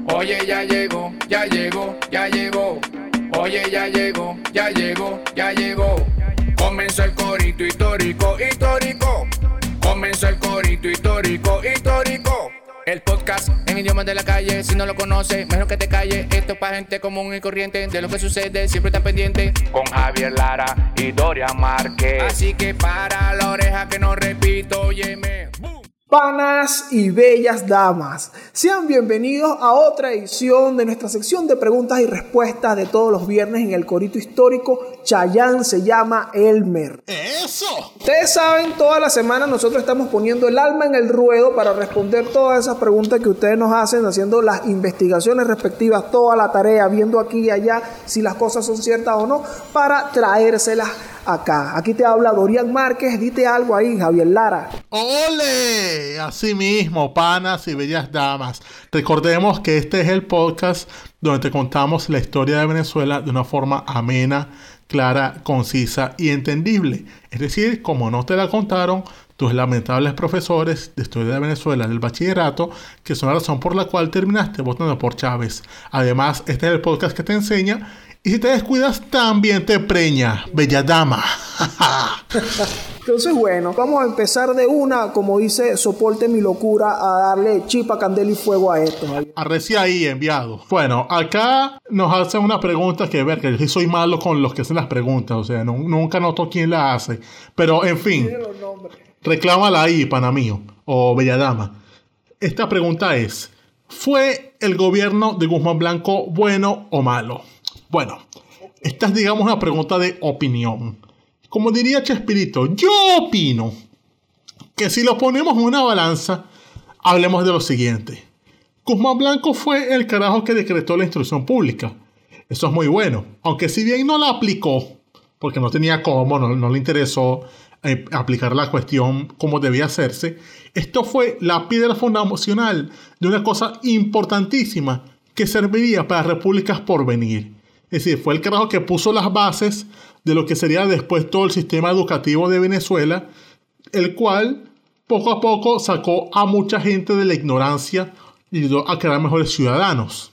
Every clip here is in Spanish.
Oye, ya llegó, ya llegó, ya llegó. Oye, ya llegó, ya llegó, ya llegó. Comenzó el corito histórico, histórico. Comenzó el corito histórico, histórico. El podcast en idiomas de la calle. Si no lo conoces, mejor que te calles. Esto es para gente común y corriente. De lo que sucede, siempre está pendiente. Con Javier Lara y Dorian Márquez. Así que para la oreja que no repito, óyeme. Panas y bellas damas, sean bienvenidos a otra edición de nuestra sección de preguntas y respuestas de todos los viernes en el corito histórico. Chayanne se llama Elmer. ¡Eso! Ustedes saben, toda la semana nosotros estamos poniendo el alma en el ruedo para responder todas esas preguntas que ustedes nos hacen, haciendo las investigaciones respectivas, toda la tarea, viendo aquí y allá si las cosas son ciertas o no, para traérselas acá. Aquí te habla Dorian Márquez. Dite algo ahí, Javier Lara. ¡Ole! Así mismo, panas y bellas damas. Recordemos que este es el podcast donde te contamos la historia de Venezuela de una forma amena, clara, concisa y entendible. Es decir, como no te la contaron tus lamentables profesores de historia de Venezuela del bachillerato, que son la razón por la cual terminaste votando por Chávez. Además, este es el podcast que te enseña. Y si te descuidas, también te preña, bella dama. Entonces, bueno, vamos a empezar de una, como dice Soporte mi locura, a darle chipa, candela y fuego a esto. Arrecia ahí, enviado. Bueno, acá nos hacen una pregunta que ver, que yo sí soy malo con los que hacen las preguntas, o sea, nunca noto quién la hace. Pero, en fin, reclámala ahí, pana mío, o bella dama. Esta pregunta es, ¿fue el gobierno de Guzmán Blanco bueno o malo? Bueno, esta es, digamos, una pregunta de opinión. Como diría Chespirito, yo opino que si lo ponemos en una balanza, hablemos de lo siguiente. Guzmán Blanco fue el carajo que decretó la instrucción pública. Eso es muy bueno. Aunque si bien no la aplicó, porque no tenía cómo, no le interesó aplicar la cuestión como debía hacerse, esto fue la piedra fundacional de una cosa importantísima que serviría para repúblicas por venir. Es decir, fue el carajo que puso las bases de lo que sería después todo el sistema educativo de Venezuela, el cual poco a poco sacó a mucha gente de la ignorancia y ayudó a crear mejores ciudadanos.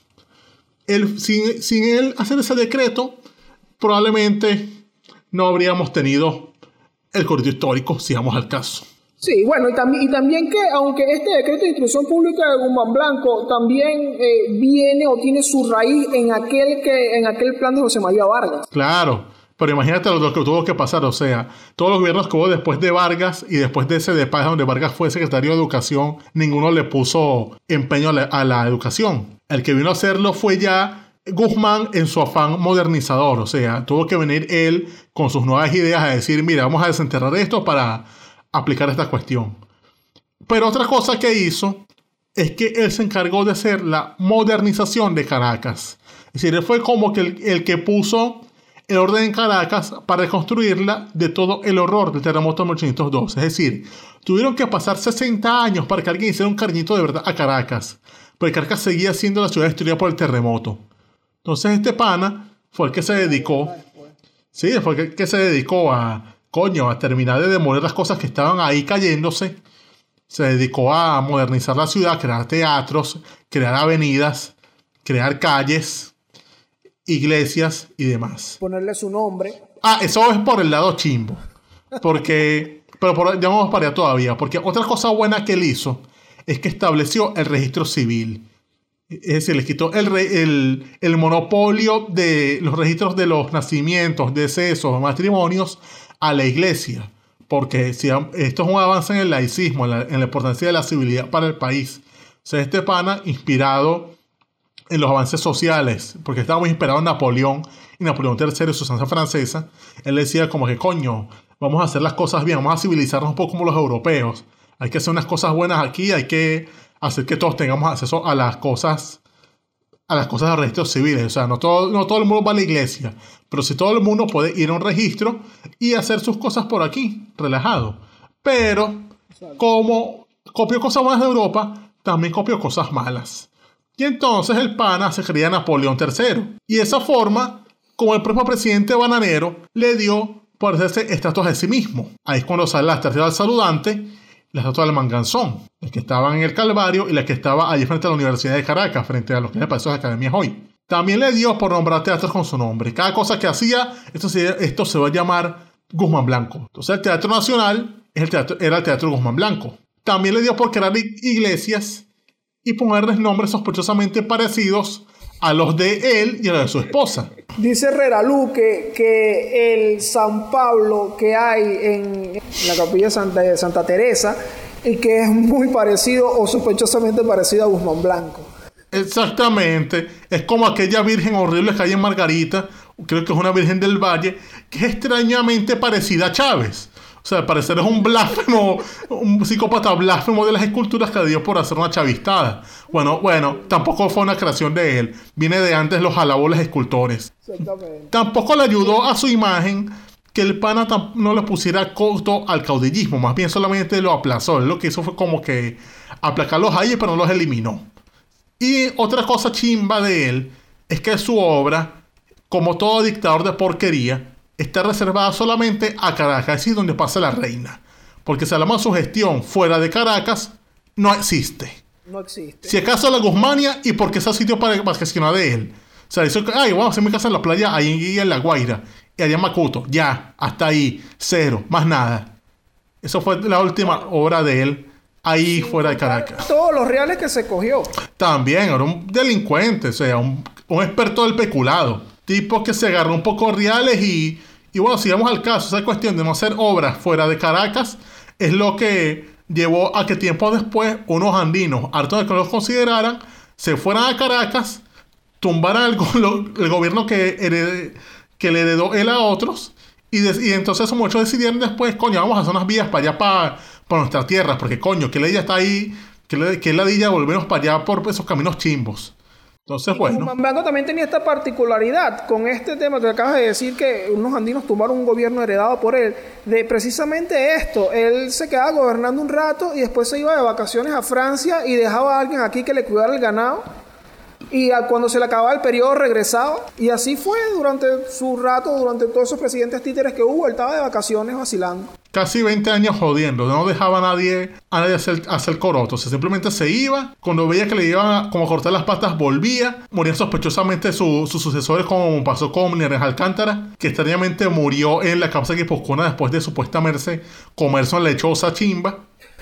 Sin él hacer ese decreto, probablemente no habríamos tenido el corito histórico, si vamos al caso. Sí, bueno, y también que aunque este decreto de instrucción pública de Guzmán Blanco también viene o tiene su raíz en aquel plan de José María Vargas. Claro, pero imagínate lo que tuvo que pasar, o sea, todos los gobiernos que hubo después de Vargas y después de ese de Paz, donde Vargas fue secretario de Educación, ninguno le puso empeño a la educación. El que vino a hacerlo fue ya Guzmán en su afán modernizador, o sea, tuvo que venir él con sus nuevas ideas a decir, mira, vamos a desenterrar esto para aplicar esta cuestión. Pero otra cosa que hizo es que él se encargó de hacer la modernización de Caracas. Es decir, él fue como que el que puso el orden en Caracas para reconstruirla de todo el horror del terremoto de 1812. Es decir, tuvieron que pasar 60 años para que alguien hiciera un cariñito de verdad a Caracas, porque Caracas seguía siendo la ciudad destruida por el terremoto. Entonces este pana fue el que se dedicó, a terminar de demoler las cosas que estaban ahí cayéndose. Se dedicó a modernizar la ciudad, crear teatros, crear avenidas, crear calles, iglesias y demás. Ponerle su nombre. Eso es por el lado chimbo. Ya vamos para allá todavía. Porque otra cosa buena que él hizo es que estableció el registro civil. Es decir, le quitó el monopolio de los registros de los nacimientos, decesos, matrimonios a la iglesia, porque si esto es un avance en el laicismo, en la importancia de la civilidad para el país. O sea, este pana, inspirado en los avances sociales, porque estaba muy inspirado en Napoleón y Napoleón III y su Francia francesa, él decía como que, coño, vamos a hacer las cosas bien, vamos a civilizarnos un poco como los europeos, hay que hacer unas cosas buenas aquí, hay que hacer que todos tengamos acceso a las cosas de registros civiles. O sea, no todo el mundo va a la iglesia, pero si todo el mundo puede ir a un registro y hacer sus cosas por aquí, relajado. Pero, como copió cosas buenas de Europa, también copió cosas malas. Y entonces el pana se creía Napoleón III. Y de esa forma, como el propio presidente bananero le dio por hacerse estatuas de sí mismo. Ahí es cuando sale la estatua del saludante la estatua del Manganzón, la que estaba en el Calvario y la que estaba allí frente a la Universidad de Caracas, frente a los que le parecen las academias hoy. También le dio por nombrar teatros con su nombre. Cada cosa que hacía, esto se va a llamar Guzmán Blanco. Entonces el Teatro Nacional era el Teatro Guzmán Blanco. También le dio por crear iglesias y ponerles nombres sospechosamente parecidos a los de él y a los de su esposa. Dice Herreralú que el San Pablo que hay en la capilla de Santa Teresa y que es muy parecido o sospechosamente parecido a Guzmán Blanco. Exactamente. Es como aquella virgen horrible que hay en Margarita, creo que es una virgen del Valle, que es extrañamente parecida a Chávez. O sea, al parecer es un blasfemo, un psicópata blasfemo de las esculturas que le dio por hacer una chavistada. Bueno, tampoco fue una creación de él. Viene de antes los alabó los escultores. Exactamente. Tampoco le ayudó a su imagen que el pana no le pusiera costo al caudillismo. Más bien solamente lo aplazó. Él lo que hizo fue como que aplacarlos ahí, pero no los eliminó. Y otra cosa chimba de él es que su obra, como todo dictador de porquería, está reservada solamente a Caracas, es decir, donde pasa la reina. Porque si hablamos de su gestión fuera de Caracas, no existe. No existe. Si acaso la Guzmania, y porque es el sitio para gestionar de él. O sea, dice, vamos a hacer mi casa en la playa, ahí en La Guaira, y allá en Macuto. Ya, hasta ahí, cero, más nada. Eso fue la última obra de él, ahí fuera de Caracas. Todos los reales que se cogió. También, era un delincuente, o sea, un experto del peculado. Tipo que se agarró un poco reales y bueno, si vamos al caso, esa cuestión de no hacer obras fuera de Caracas es lo que llevó a que tiempo después unos andinos, hartos de que los consideraran, se fueran a Caracas, tumbaran el gobierno que le heredó él a otros y entonces muchos decidieron después, coño, vamos a hacer unas vías para allá, para nuestras tierras, porque coño, que ella está ahí, que ladilla volvernos para allá por esos caminos chimbos. Entonces, bueno. Guzmán Blanco también tenía esta particularidad con este tema que acabas de decir, que unos andinos tumbaron un gobierno heredado por él, de precisamente esto. Él se quedaba gobernando un rato y después se iba de vacaciones a Francia y dejaba a alguien aquí que le cuidara el ganado. Y cuando se le acababa el periodo regresaba. Y así fue durante su rato, durante todos esos presidentes títeres que hubo. Él estaba de vacaciones vacilando. Casi 20 años jodiendo. No dejaba a nadie hacer coroto. O sea, simplemente se iba. Cuando veía que le iban como a cortar las patas, volvía. Morían sospechosamente sus sucesores, como pasó con Neres Alcántara, que extrañamente murió en la causa guipuzcoana después de supuestamente comerse una lechosa chimba.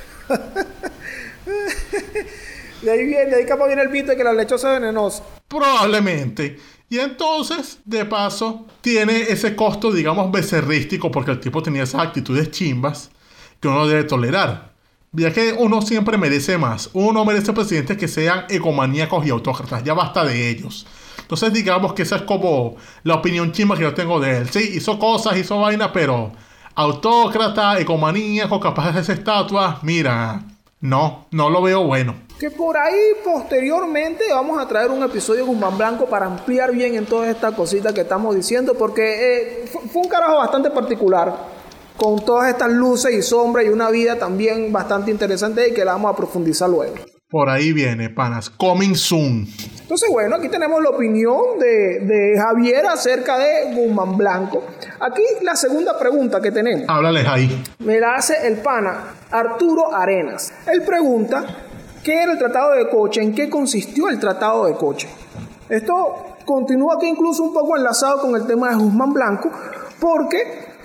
De ahí capaz viene el mito de que la lechosa es venenosa. Probablemente. Y entonces, de paso, tiene ese costo, digamos, becerrístico, porque el tipo tenía esas actitudes chimbas que uno debe tolerar. Ya que uno siempre merece más. Uno merece presidentes que sean egomaníacos y autócratas. Ya basta de ellos. Entonces, digamos que esa es como la opinión chimba que yo tengo de él. Sí, hizo cosas, hizo vaina, pero autócrata, egomaníaco, capaz de hacer estatuas, mira, no lo veo bueno. Que por ahí posteriormente vamos a traer un episodio de Guzmán Blanco para ampliar bien en todas estas cositas que estamos diciendo, porque fue un carajo bastante particular, con todas estas luces y sombras y una vida también bastante interesante y que la vamos a profundizar luego. Por ahí viene, panas, coming soon. Entonces, bueno, aquí tenemos la opinión de Javier acerca de Guzmán Blanco. Aquí la segunda pregunta que tenemos. Háblales ahí. Me la hace el pana Arturo Arenas. Él pregunta: ¿qué era el Tratado de Coche? ¿En qué consistió el Tratado de Coche? Esto continúa aquí incluso un poco enlazado con el tema de Guzmán Blanco, porque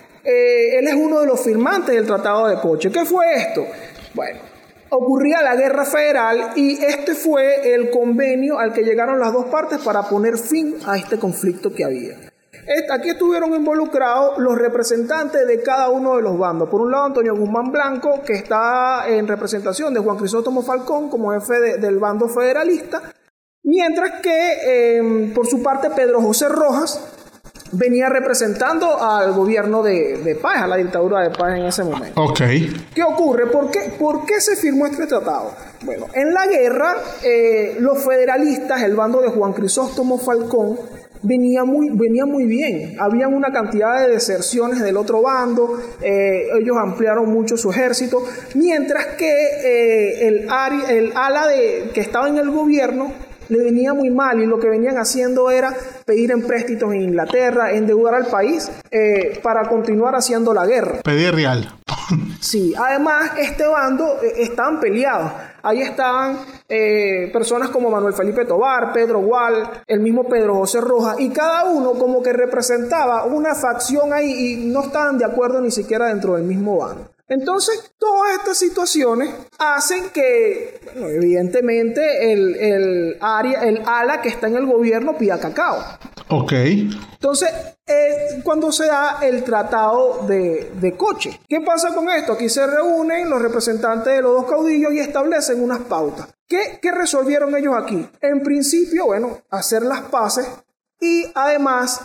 él es uno de los firmantes del Tratado de Coche. ¿Qué fue esto? Bueno, ocurría la Guerra Federal y este fue el convenio al que llegaron las dos partes para poner fin a este conflicto que había. Aquí estuvieron involucrados los representantes de cada uno de los bandos. Por un lado, Antonio Guzmán Blanco, que está en representación de Juan Crisóstomo Falcón como jefe del bando federalista, mientras que por su parte Pedro José Rojas venía representando al gobierno de Páez, a la dictadura de Páez en ese momento. Ok. ¿Qué ocurre? ¿Por qué se firmó este tratado? Bueno, en la guerra, los federalistas, el bando de Juan Crisóstomo Falcón, venía muy bien. Habían una cantidad de deserciones del otro bando. Ellos ampliaron mucho su ejército, mientras que el ala que estaba en el gobierno le venía muy mal, y lo que venían haciendo era pedir empréstitos en Inglaterra, endeudar al país para continuar haciendo la guerra. Pedir real. Sí, además este bando estaban peleados. Ahí estaban personas como Manuel Felipe Tovar, Pedro Gual, el mismo Pedro José Rojas, y cada uno como que representaba una facción ahí y no estaban de acuerdo ni siquiera dentro del mismo bando. Entonces, todas estas situaciones hacen que, bueno, evidentemente, el ala que está en el gobierno pida cacao. Ok. Entonces, cuando se da el tratado de Coche. ¿Qué pasa con esto? Aquí se reúnen los representantes de los dos caudillos y establecen unas pautas. ¿Qué resolvieron ellos aquí? En principio, bueno, hacer las paces y además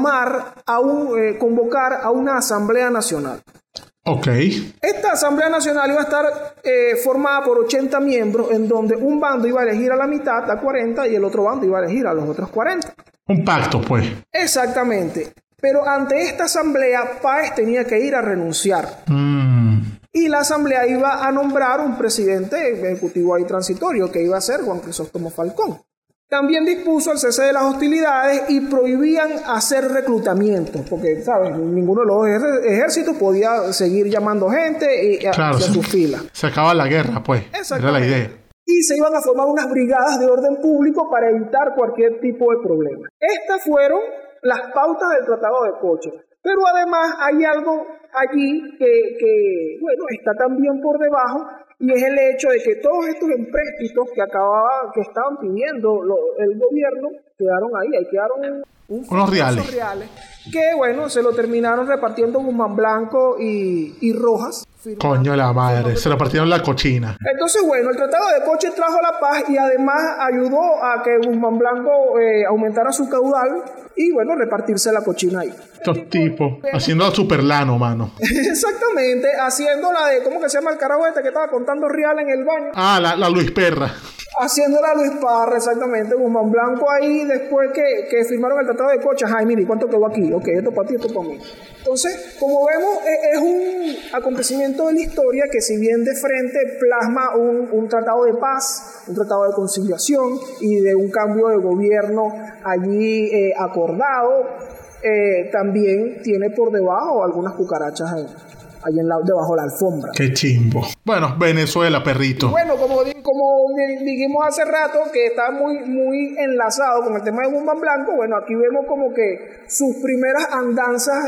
convocar a una asamblea nacional. Ok. Esta Asamblea Nacional iba a estar formada por 80 miembros, en donde un bando iba a elegir a la mitad, a 40, y el otro bando iba a elegir a los otros 40. Un pacto, pues. Exactamente. Pero ante esta asamblea, Páez tenía que ir a renunciar. Y la asamblea iba a nombrar un presidente ejecutivo ahí transitorio, que iba a ser Juan Crisóstomo Falcón. También dispuso el cese de las hostilidades y prohibían hacer reclutamientos, porque, ¿sabes? Ninguno de los ejércitos podía seguir llamando gente claro, hacia sus filas. Se acaba la guerra, pues. Era la idea. Y se iban a formar unas brigadas de orden público para evitar cualquier tipo de problema. Estas fueron las pautas del Tratado de Coche. Pero además hay algo allí que bueno, está también por debajo, y es el hecho de que todos estos empréstitos que estaban pidiendo el gobierno quedaron ahí quedaron unos reales que bueno, se lo terminaron repartiendo Guzmán Blanco y Rojas. Coño la madre, se lo partieron la cochina. Entonces, bueno, el Tratado de Coche trajo la paz y además ayudó a que Guzmán Blanco aumentara su caudal y, bueno, repartirse la cochina ahí. Estos tipos, haciendo la superlano, mano. Exactamente, haciendo la de, ¿cómo que se llama el carajo este que estaba contando real en el baño? Ah, la Luis Perra. Haciendo la Luis Parra, exactamente. Guzmán Blanco ahí, después que firmaron el Tratado de Coche. Ay, mire, ¿cuánto quedó aquí? Ok, esto para ti, esto para mí. Entonces, como vemos, es un acontecimiento de la historia que, si bien de frente plasma un tratado de paz, un tratado de conciliación y de un cambio de gobierno allí acordado, también tiene por debajo algunas cucarachas ahí debajo de la alfombra. Qué chimbo. Bueno, Venezuela, perrito. Y bueno, como dijimos hace rato, que está muy, muy enlazado con el tema de Guzmán Blanco, bueno, aquí vemos como que sus primeras andanzas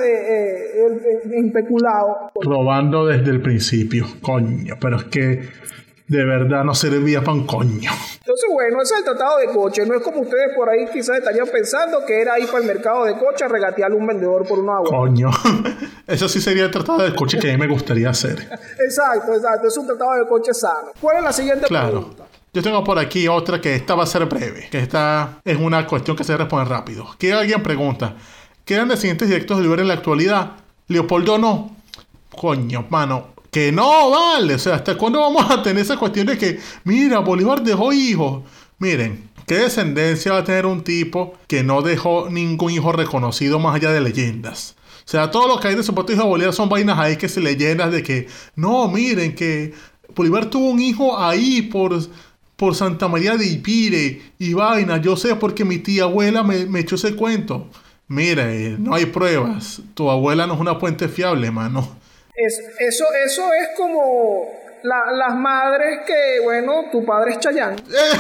en peculado. Robando desde el principio, coño, pero es que de verdad no servía para un coño. Entonces, bueno, ese es el Tratado de Coche. No es como ustedes por ahí quizás estarían pensando que era ir para el mercado de Coche a regatearle a un vendedor por una agua. Coño, eso sí sería el Tratado de Coche que a mí me gustaría hacer. Exacto. Es un Tratado de Coche sano. ¿Cuál es la siguiente pregunta? Yo tengo por aquí otra que esta va a ser breve, que esta es una cuestión que se responde rápido. Que alguien pregunta, ¿quedan descendientes directos de Bolívar en la actualidad? Leopoldo no. Coño, mano. Que no, vale. O sea, ¿hasta cuándo vamos a tener esa cuestión de que, mira, Bolívar dejó hijos? Miren, ¿qué descendencia va a tener un tipo que no dejó ningún hijo reconocido más allá de leyendas? O sea, todo lo que hay de supuesto hijo de Bolívar son vainas ahí que se leyendas de que, no, miren, que Bolívar tuvo un hijo ahí por Santa María de Ipire y vaina. Yo sé porque mi tía abuela me echó ese cuento. Mira, no hay pruebas. Tu abuela no es una fuente fiable, mano. Eso es como las madres que, bueno, tu padre es Chayanne.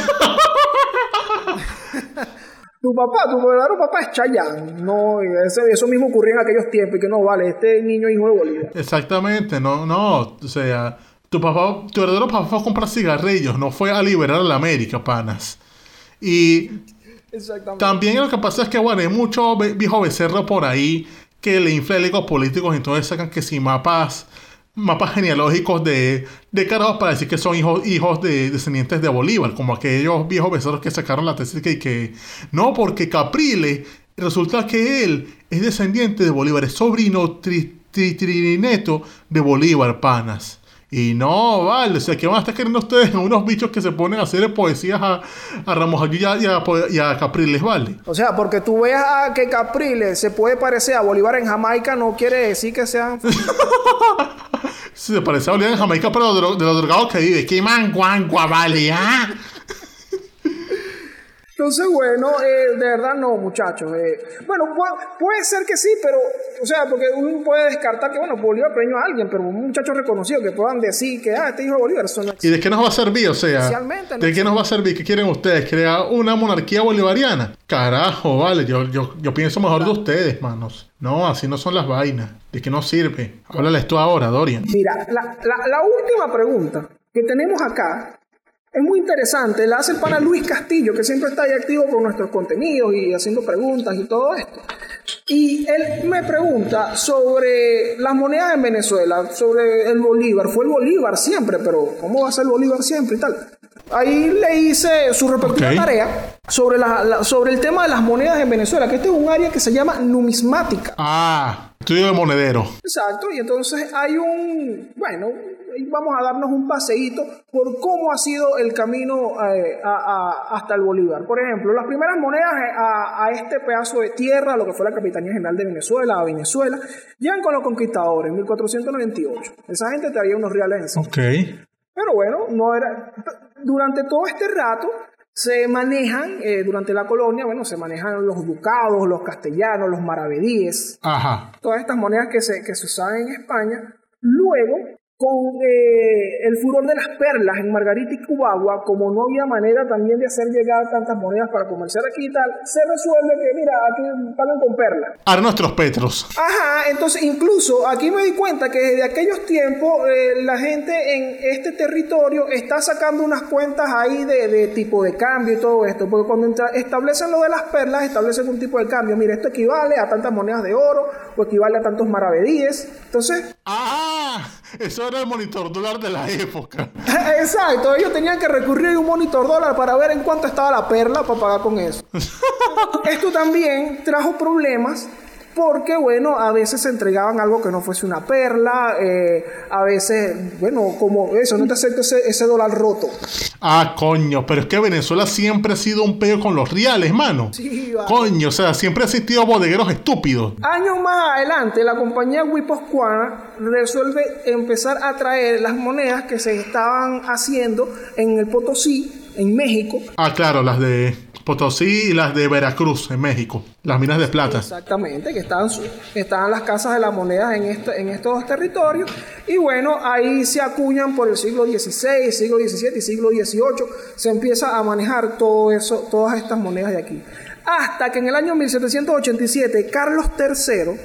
Tu verdadero papá es Chayanne. No, eso mismo ocurría en aquellos tiempos. Y que no, vale, este niño es hijo de Bolívar. Exactamente, no. O sea, tu verdadero papá fue a comprar cigarrillos, no fue a liberar a la América, panas. Y también lo que pasa es que, bueno, hay mucho viejo becerro por ahí que le infla el ego políticos, entonces sacan que si mapas genealógicos de carajos para decir que son hijos de descendientes de Bolívar, como aquellos viejos becerros que sacaron la tesis que no, porque Capriles resulta que él es descendiente de Bolívar, es sobrino trineto de Bolívar, panas. Y no, vale, o sea, ¿qué van a estar queriendo ustedes en unos bichos que se ponen a hacer poesías a Ramos Ayuya y a Capriles, vale? O sea, porque tú veas que Capriles se puede parecer a Bolívar en Jamaica, no quiere decir que sean... Se parece a Bolívar en Jamaica, pero de los drogados que vive. ¡Qué manguangua, vale! ¿Ah? Entonces, bueno, de verdad no, muchachos. Bueno, puede ser que sí, pero, o sea, porque uno puede descartar que, bueno, Bolívar premió a alguien, pero un muchacho reconocido que puedan decir que, este hijo de Bolívar, eso no existe. ¿Y de qué nos va a servir? O sea, ¿de qué nos va a servir? ¿Qué quieren ustedes? ¿Crear una monarquía bolivariana? Carajo, vale, yo pienso mejor de ustedes, manos. No, así no son las vainas. ¿De qué nos sirve? Háblales tú ahora, Dorian. Mira, la última pregunta que tenemos acá es muy interesante, la hace el pana Luis Castillo, que siempre está ahí activo con nuestros contenidos y haciendo preguntas y todo esto. Y él me pregunta sobre las monedas en Venezuela, sobre el Bolívar. Fue el Bolívar siempre, pero ¿cómo va a ser el Bolívar siempre y tal? Ahí le hice su respectiva tarea sobre el tema de las monedas en Venezuela, que este es un área que se llama numismática. Estudio de monedero. Exacto, y entonces hay vamos a darnos un paseíto por cómo ha sido el camino hasta el Bolívar. Por ejemplo, las primeras monedas a este pedazo de tierra, lo que fue la Capitanía General de Venezuela, a Venezuela, llegan con los conquistadores en 1498. Esa gente traía unos reales encima. Pero bueno, no era... Durante todo este rato se manejan, durante la colonia, se manejan los ducados, los castellanos, los maravedíes. Todas estas monedas que se usaban en España. Luego, con el furor de las perlas en Margarita y Cubagua, como no había manera también de hacer llegar tantas monedas para comerciar aquí y tal, se resuelve que, mira, aquí pagan con perlas. A nuestros petros. Entonces incluso aquí me di cuenta que desde aquellos tiempos la gente en este territorio está sacando unas cuentas ahí de tipo de cambio y todo esto, porque cuando establecen lo de las perlas, establecen un tipo de cambio. Mira, esto equivale a tantas monedas de oro o equivale a tantos maravedíes. Entonces... Eso era el monitor dólar de la época. Exacto, ellos tenían que recurrir a un monitor dólar para ver en cuánto estaba la perla para pagar con eso. Esto también trajo problemas porque, a veces se entregaban algo que no fuese una perla, a veces, como eso, no te acepto ese dólar roto. Coño, pero es que Venezuela siempre ha sido un peo con los reales, mano. Sí, vale. Coño, o sea, siempre ha existido bodegueros estúpidos. Años más adelante, la compañía Guipuzcoana resuelve empezar a traer las monedas que se estaban haciendo en el Potosí, en México. Claro, las de Potosí y las de Veracruz, en México. Las minas de plata. Exactamente, que estaban las casas de las monedas en estos dos territorios. Y ahí se acuñan por el siglo XVI, siglo XVII y siglo XVIII. Se empieza a manejar todo eso, todas estas monedas de aquí. Hasta que en el año 1787, Carlos III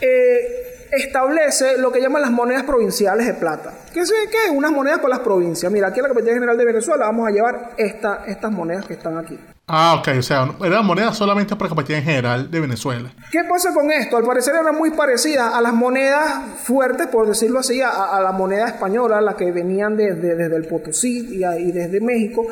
establece lo que llaman las monedas provinciales de plata. ¿Qué es? Unas monedas con las provincias. Mira, aquí en la Capitanía General de Venezuela vamos a llevar estas monedas que están aquí. Ok, o sea, eran monedas solamente para la Capitanía General de Venezuela. ¿Qué pasa con esto? Al parecer eran muy parecidas a las monedas fuertes, por decirlo así, a la moneda española, las que venían desde el Potosí y desde México.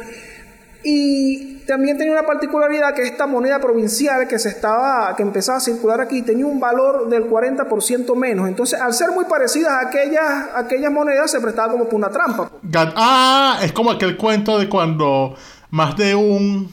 Y también tenía una particularidad que esta moneda provincial que empezaba a circular aquí tenía un valor del 40% menos. Entonces, al ser muy parecidas a aquellas monedas, se prestaba como por una trampa. Es como aquel cuento de cuando más de un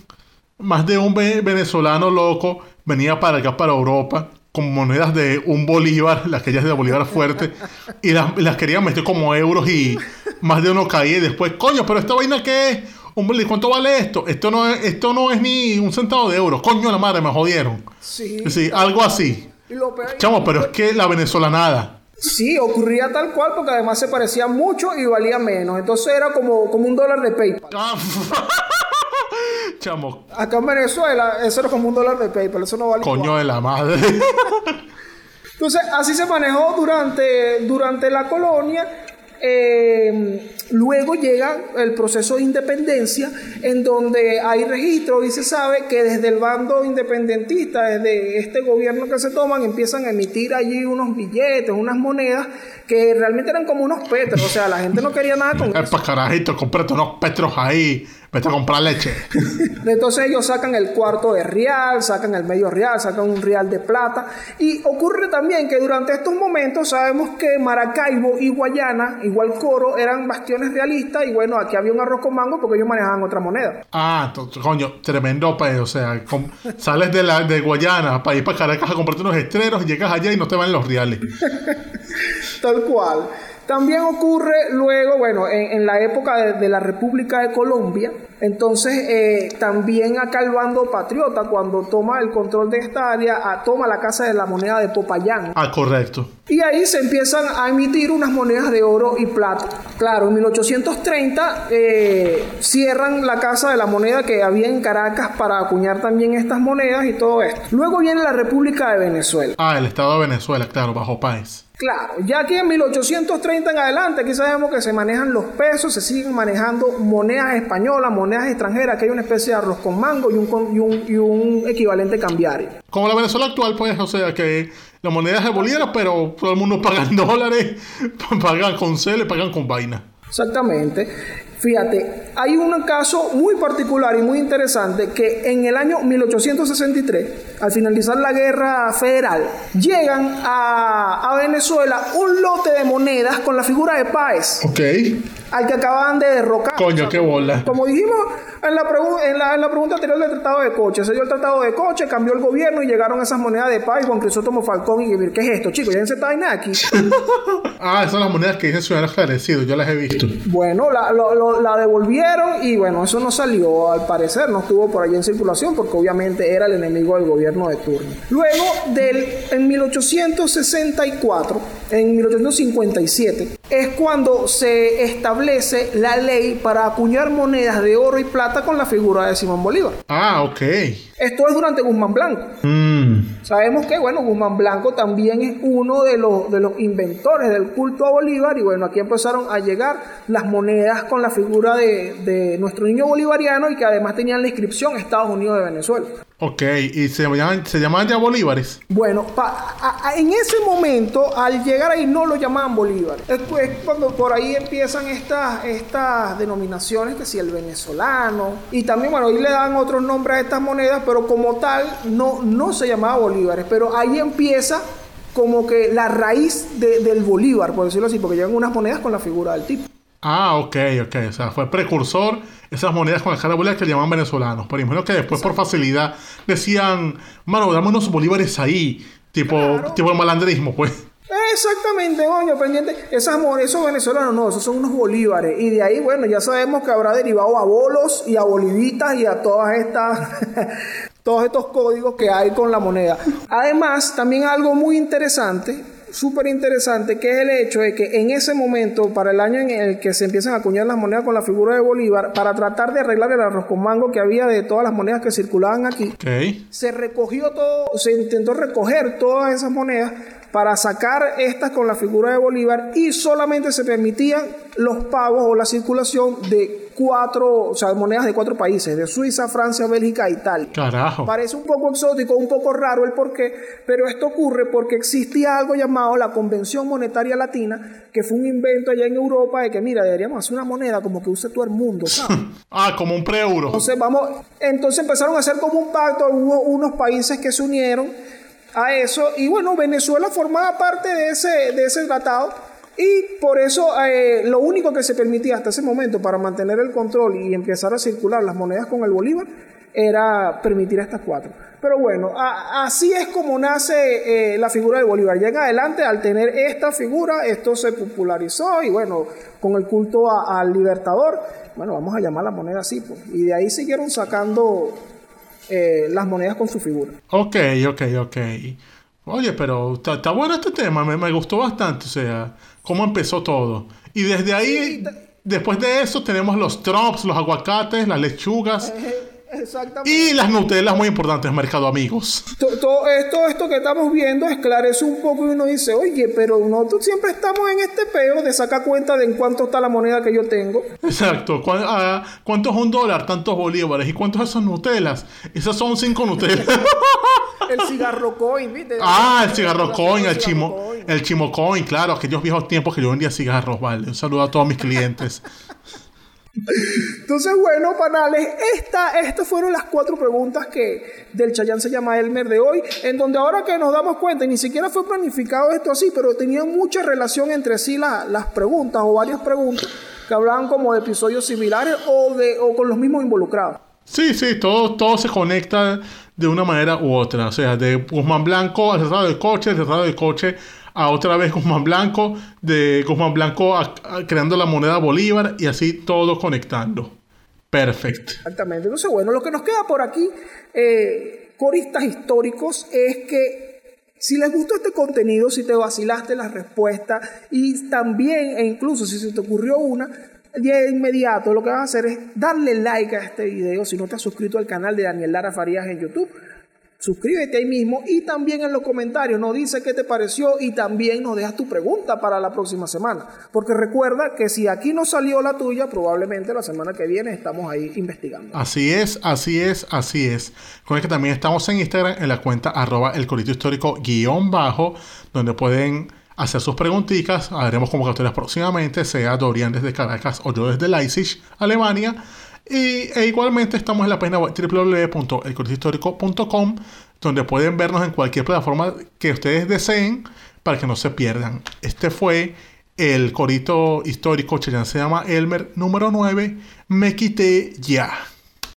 venezolano loco venía para acá, para Europa, con monedas de un bolívar, aquellas de Bolívar fuerte, y las querían meter como euros y más de uno caía y después, coño, pero esta vaina ¿qué es? ¿Cuánto vale esto? Esto no es ni un centavo de euro. Coño, la madre, me jodieron. Sí, algo así. Chamo, pero es que la venezolanada. Sí, ocurría tal cual porque además se parecía mucho y valía menos. Entonces era como un dólar de PayPal. Chamo. Acá en Venezuela eso era como un dólar de PayPal. Eso no vale coño igual. De la madre. Entonces así se manejó durante la colonia. Luego llega el proceso de independencia, en donde hay registro y se sabe que desde el bando independentista, desde este gobierno que se toman, empiezan a emitir allí unos billetes, unas monedas que realmente eran como unos petros. O sea, la gente no quería nada con eso. Pues carajito, cómprate unos petros ahí, vete a comprar leche. Entonces ellos sacan el cuarto de real, sacan el medio real, sacan un real de plata. Y ocurre también que durante estos momentos sabemos que Maracaibo y Guayana, igual Coro, eran bastiones realistas. Y aquí había un arroz con mango porque ellos manejaban otra moneda. Coño, tremendo pues. O sea, sales de Guayana para ir para Caracas a comprarte unos estreros, llegas allá y no te van los reales. Tal cual. También ocurre luego, bueno, en la época de la República de Colombia, entonces también acá el bando patriota, cuando toma el control de esta área, toma la Casa de la Moneda de Popayán. Ah, correcto. Y ahí se empiezan a emitir unas monedas de oro y plata. Claro, en 1830 cierran la Casa de la Moneda que había en Caracas para acuñar también estas monedas y todo esto. Luego viene la República de Venezuela. Ah, el Estado de Venezuela, claro, bajo Páez. Claro, ya que en 1830 en adelante, aquí sabemos que se manejan los pesos, se siguen manejando monedas españolas, monedas extranjeras, que hay una especie de arroz con mango y un equivalente cambiario. Como la Venezuela actual, pues, o sea, que la moneda es de bolívares, pero todo el mundo paga en dólares, pagan con celes, pagan con vaina. Exactamente. Fíjate, hay un caso muy particular y muy interesante que en el año 1863, al finalizar la guerra federal, llegan a Venezuela un lote de monedas con la figura de Páez. Ok. Al que acababan de derrocar. Coño, qué bola. Como dijimos en la pregunta anterior del Tratado de Coche, se dio el Tratado de Coche, cambió el gobierno y llegaron esas monedas de Páez, Juan Crisóstomo Falcón y Guevir. ¿Qué es esto, chicos? ¿Ya se está vaina aquí? Esas son las monedas que dicen ciudadanos esclarecidos, yo las he visto. Bueno, la devolvieron y bueno, eso no salió, al parecer, no estuvo por allí en circulación porque obviamente era el enemigo del gobierno de turno. Luego, en 1864, en 1857, es cuando se establece la ley para acuñar monedas de oro y plata con la figura de Simón Bolívar. Ah, ok. Esto es durante Guzmán Blanco. Sabemos que, bueno, Guzmán Blanco también es uno de los inventores del culto a Bolívar y bueno, aquí empezaron a llegar las monedas con la figura de nuestro niño bolivariano y que además tenían la inscripción Estados Unidos de Venezuela. Ok, ¿y se llamaban ya bolívares? Bueno, en ese momento, al llegar ahí, no lo llamaban bolívar. Es cuando por ahí empiezan estas denominaciones, que si el venezolano, y también, bueno, ahí le dan otros nombres a estas monedas, pero como tal, no se llamaba bolívares, pero ahí empieza como que la raíz del bolívar, por decirlo así, porque llegan unas monedas con la figura del tipo. Ah, ok. O sea, fue precursor esas monedas con la cara de bolívar que le llaman venezolanos. Pero imagino que después por facilidad decían, mano, dame unos bolívares ahí. Tipo el malandrismo, pues. Exactamente, coño, pendiente. Esos venezolanos no, esos son unos bolívares. Y de ahí, bueno, ya sabemos que habrá derivado a bolos y a bolivitas y a todas estas... todos estos códigos que hay con la moneda. Además, también algo muy interesante, súper interesante, que es el hecho de que en ese momento, para el año en el que se empiezan a acuñar las monedas con la figura de Bolívar, para tratar de arreglar el arroz con mango que había de todas las monedas que circulaban aquí, se recogió todo, se intentó recoger todas esas monedas para sacar estas con la figura de Bolívar y solamente se permitían los pagos o la circulación de monedas de 4 países, de Suiza, Francia, Bélgica e Italia. Carajo. Parece un poco exótico, un poco raro el porqué, pero esto ocurre porque existía algo llamado la Convención Monetaria Latina, que fue un invento allá en Europa de que, mira, deberíamos hacer una moneda como que use todo el mundo, ¿sabes? Como un pre-euro. Entonces empezaron a hacer como un pacto, hubo unos países que se unieron a eso, y bueno, Venezuela formaba parte de ese tratado, y por eso lo único que se permitía hasta ese momento para mantener el control y empezar a circular las monedas con el bolívar era permitir estas 4. Pero bueno, así es como nace la figura del bolívar. Ya en adelante, al tener esta figura, esto se popularizó y bueno, con el culto al libertador, bueno, vamos a llamar la moneda así, pues, y de ahí siguieron sacando las monedas con su figura. Ok. Oye, pero está bueno este tema, me gustó bastante, o sea, cómo empezó todo. Y desde ahí, después de eso, tenemos los Trumps, los aguacates, las lechugas. Exactamente. Y las Nutellas, muy importantes, mercado amigos. Todo esto que estamos viendo esclarece un poco y uno dice, oye, pero nosotros siempre estamos en este peo de sacar cuenta de en cuánto está la moneda que yo tengo. Exacto. ¿Cuánto es $1? Tantos bolívares. ¿Y cuántos esos Nutellas? Esas son 5 Nutellas. El cigarro coin, ¿viste? El cigarro coin, el chimo coin, claro, aquellos viejos tiempos que yo vendía cigarros, vale. Un saludo a todos mis clientes. Entonces, bueno, panales, estas fueron las 4 preguntas que del Chayán se llama Elmer de hoy, en donde ahora que nos damos cuenta, y ni siquiera fue planificado esto así, pero tenían mucha relación entre sí las preguntas o varias preguntas que hablaban como de episodios similares o con los mismos involucrados. Sí, todo se conecta de una manera u otra. O sea, de Guzmán Blanco al Tratado de Coche, del Tratado de Coche a otra vez Guzmán Blanco, de Guzmán Blanco creando la moneda Bolívar y así todo conectando. Perfecto. Exactamente. Entonces, bueno, lo que nos queda por aquí, coristas históricos, es que si les gustó este contenido, si te vacilaste las respuestas y también, e incluso si se te ocurrió una, de inmediato lo que vas a hacer es darle like a este video. Si no te has suscrito al canal de Daniel Lara Farías en YouTube, suscríbete ahí mismo y también en los comentarios nos dice qué te pareció y también nos dejas tu pregunta para la próxima semana. Porque recuerda que si aquí no salió la tuya, probablemente la semana que viene estamos ahí investigando. Así es. Con el que también estamos en Instagram en la cuenta @elcoritohistórico_, donde pueden hacer sus preguntitas. Haremos convocatorias próximamente, sea Dorian desde Caracas o yo desde Leipzig, Alemania. E igualmente estamos en la página web www.elcoritohistórico.com, donde pueden vernos en cualquier plataforma que ustedes deseen para que no se pierdan. Este fue el Corito Histórico Chayán se llama Elmer número 9. Me quité ya.